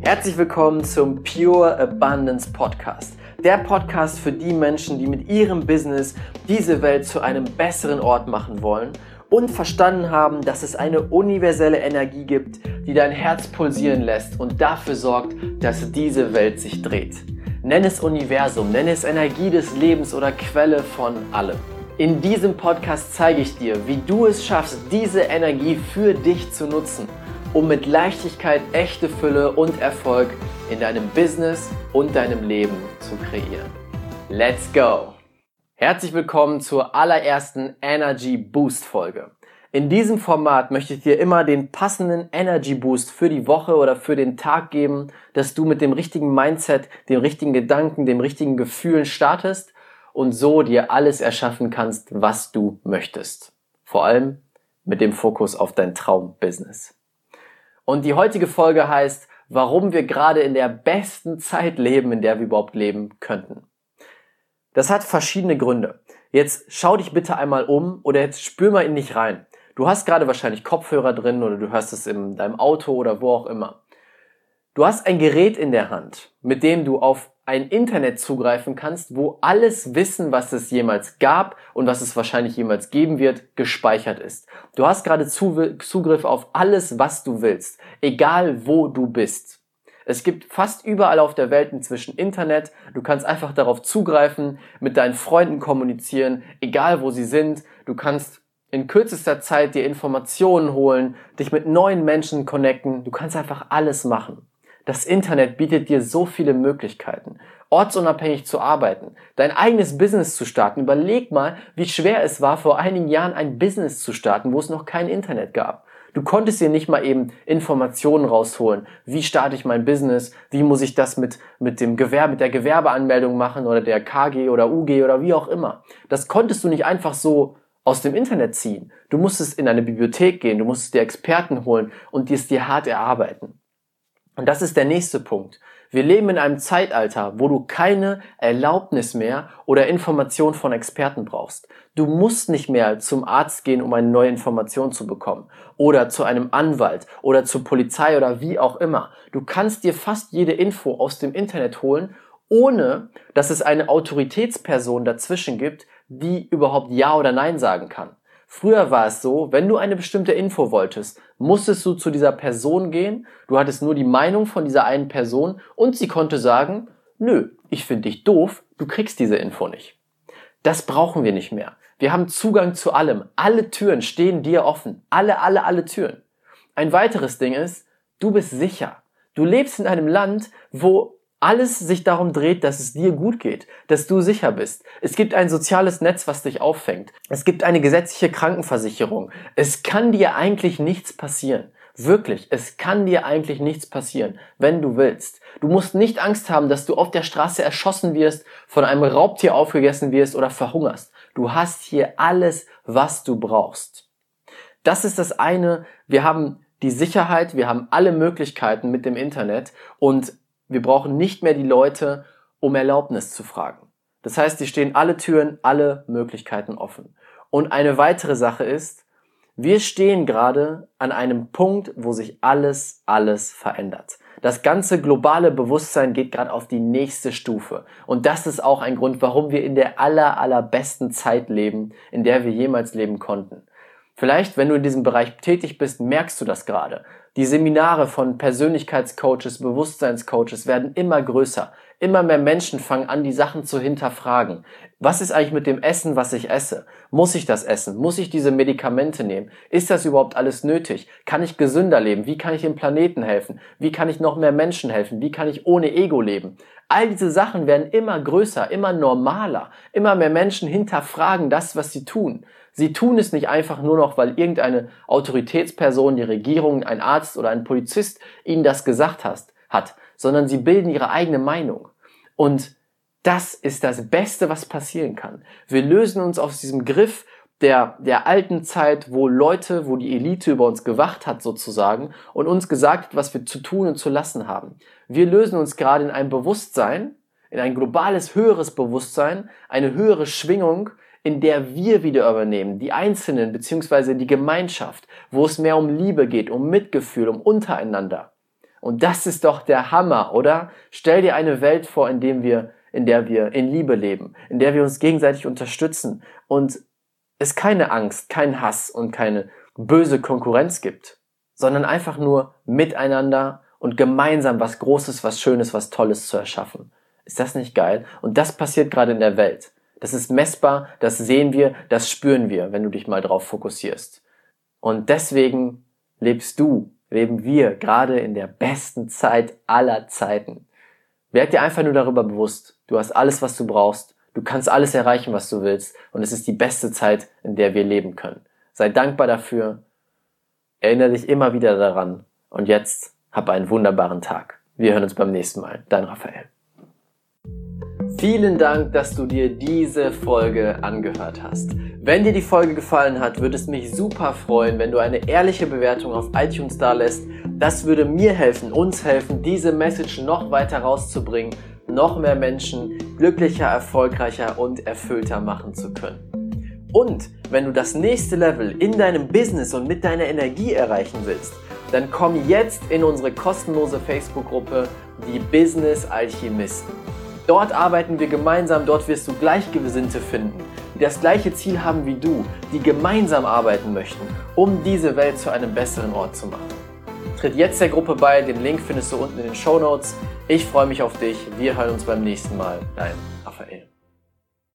Herzlich willkommen zum Pure Abundance Podcast. Der Podcast für die Menschen, die mit ihrem Business diese Welt zu einem besseren Ort machen wollen und verstanden haben, dass es eine universelle Energie gibt, die dein Herz pulsieren lässt und dafür sorgt, dass diese Welt sich dreht. Nenn es Universum, nenn es Energie des Lebens oder Quelle von allem. In diesem Podcast zeige ich dir, wie du es schaffst, diese Energie für dich zu nutzen, um mit Leichtigkeit echte Fülle und Erfolg in deinem Business und deinem Leben zu kreieren. Let's go! Herzlich willkommen zur allerersten Energy Boost Folge. In diesem Format möchte ich dir immer den passenden Energy Boost für die Woche oder für den Tag geben, dass du mit dem richtigen Mindset, dem richtigen Gedanken, dem richtigen Gefühlen startest und so dir alles erschaffen kannst, was du möchtest. Vor allem mit dem Fokus auf dein Traumbusiness. Und die heutige Folge heißt, warum wir gerade in der besten Zeit leben, in der wir überhaupt leben könnten. Das hat verschiedene Gründe. Jetzt schau dich bitte einmal um oder jetzt spür mal in dich rein. Du hast gerade wahrscheinlich Kopfhörer drin oder du hörst es in deinem Auto oder wo auch immer. Du hast ein Gerät in der Hand, mit dem du auf ein Internet zugreifen kannst, wo alles Wissen, was es jemals gab und was es wahrscheinlich jemals geben wird, gespeichert ist. Du hast gerade Zugriff auf alles, was du willst, egal wo du bist. Es gibt fast überall auf der Welt inzwischen Internet. Du kannst einfach darauf zugreifen, mit deinen Freunden kommunizieren, egal wo sie sind. Du kannst in kürzester Zeit dir Informationen holen, dich mit neuen Menschen connecten. Du kannst einfach alles machen. Das Internet bietet dir so viele Möglichkeiten, ortsunabhängig zu arbeiten, dein eigenes Business zu starten. Überleg mal, wie schwer es war, vor einigen Jahren ein Business zu starten, wo es noch kein Internet gab. Du konntest dir nicht mal eben Informationen rausholen. Wie starte ich mein Business? Wie muss ich das mit der Gewerbeanmeldung machen oder der KG oder UG oder wie auch immer? Das konntest du nicht einfach so aus dem Internet ziehen. Du musstest in eine Bibliothek gehen, du musstest dir Experten holen und es dir hart erarbeiten. Und das ist der nächste Punkt. Wir leben in einem Zeitalter, wo du keine Erlaubnis mehr oder Information von Experten brauchst. Du musst nicht mehr zum Arzt gehen, um eine neue Information zu bekommen. Oder zu einem Anwalt oder zur Polizei oder wie auch immer. Du kannst dir fast jede Info aus dem Internet holen, ohne dass es eine Autoritätsperson dazwischen gibt, die überhaupt Ja oder Nein sagen kann. Früher war es so, wenn du eine bestimmte Info wolltest, musstest du zu dieser Person gehen, du hattest nur die Meinung von dieser einen Person und sie konnte sagen, nö, ich finde dich doof, du kriegst diese Info nicht. Das brauchen wir nicht mehr. Wir haben Zugang zu allem. Alle Türen stehen dir offen. Alle Türen. Ein weiteres Ding ist, du bist sicher. Du lebst in einem Land, wo alles sich darum dreht, dass es dir gut geht, dass du sicher bist. Es gibt ein soziales Netz, was dich auffängt. Es gibt eine gesetzliche Krankenversicherung. Es kann dir eigentlich nichts passieren. Wirklich, es kann dir eigentlich nichts passieren, wenn du willst. Du musst nicht Angst haben, dass du auf der Straße erschossen wirst, von einem Raubtier aufgegessen wirst oder verhungerst. Du hast hier alles, was du brauchst. Das ist das eine. Wir haben die Sicherheit, wir haben alle Möglichkeiten mit dem Internet und wir brauchen nicht mehr die Leute, um Erlaubnis zu fragen. Das heißt, die stehen alle Türen, alle Möglichkeiten offen. Und eine weitere Sache ist, wir stehen gerade an einem Punkt, wo sich alles verändert. Das ganze globale Bewusstsein geht gerade auf die nächste Stufe. Und das ist auch ein Grund, warum wir in der allerbesten Zeit leben, in der wir jemals leben konnten. Vielleicht, wenn du in diesem Bereich tätig bist, merkst du das gerade. Die Seminare von Persönlichkeitscoaches, Bewusstseinscoaches werden immer größer. Immer mehr Menschen fangen an, die Sachen zu hinterfragen. Was ist eigentlich mit dem Essen, was ich esse? Muss ich das essen? Muss ich diese Medikamente nehmen? Ist das überhaupt alles nötig? Kann ich gesünder leben? Wie kann ich dem Planeten helfen? Wie kann ich noch mehr Menschen helfen? Wie kann ich ohne Ego leben? All diese Sachen werden immer größer, immer normaler. Immer mehr Menschen hinterfragen das, was sie tun. Sie tun es nicht einfach nur noch, weil irgendeine Autoritätsperson, die Regierung, ein Arzt oder ein Polizist ihnen das gesagt hat, sondern sie bilden ihre eigene Meinung. Und das ist das Beste, was passieren kann. Wir lösen uns aus diesem Griff der alten Zeit, wo die Elite über uns gewacht hat sozusagen und uns gesagt hat, was wir zu tun und zu lassen haben. Wir lösen uns gerade in ein Bewusstsein, in ein globales, höheres Bewusstsein, eine höhere Schwingung, in der wir wieder übernehmen, die Einzelnen bzw. die Gemeinschaft, wo es mehr um Liebe geht, um Mitgefühl, um untereinander. Und das ist doch der Hammer, oder? Stell dir eine Welt vor, in der wir in Liebe leben, in der wir uns gegenseitig unterstützen und es keine Angst, keinen Hass und keine böse Konkurrenz gibt, sondern einfach nur miteinander und gemeinsam was Großes, was Schönes, was Tolles zu erschaffen. Ist das nicht geil? Und das passiert gerade in der Welt. Das ist messbar, das sehen wir, das spüren wir, wenn du dich mal drauf fokussierst. Und deswegen leben wir gerade in der besten Zeit aller Zeiten. Werd dir einfach nur darüber bewusst, du hast alles, was du brauchst, du kannst alles erreichen, was du willst und es ist die beste Zeit, in der wir leben können. Sei dankbar dafür, erinnere dich immer wieder daran und jetzt hab einen wunderbaren Tag. Wir hören uns beim nächsten Mal. Dein Raphael. Vielen Dank, dass du dir diese Folge angehört hast. Wenn dir die Folge gefallen hat, würde es mich super freuen, wenn du eine ehrliche Bewertung auf iTunes dalässt. Das würde mir helfen, uns helfen, diese Message noch weiter rauszubringen, noch mehr Menschen glücklicher, erfolgreicher und erfüllter machen zu können. Und wenn du das nächste Level in deinem Business und mit deiner Energie erreichen willst, dann komm jetzt in unsere kostenlose Facebook-Gruppe, die Business Alchemisten. Dort arbeiten wir gemeinsam, dort wirst du Gleichgesinnte finden, die das gleiche Ziel haben wie du, die gemeinsam arbeiten möchten, um diese Welt zu einem besseren Ort zu machen. Tritt jetzt der Gruppe bei, den Link findest du unten in den Shownotes. Ich freue mich auf dich, wir hören uns beim nächsten Mal. Dein Raphael.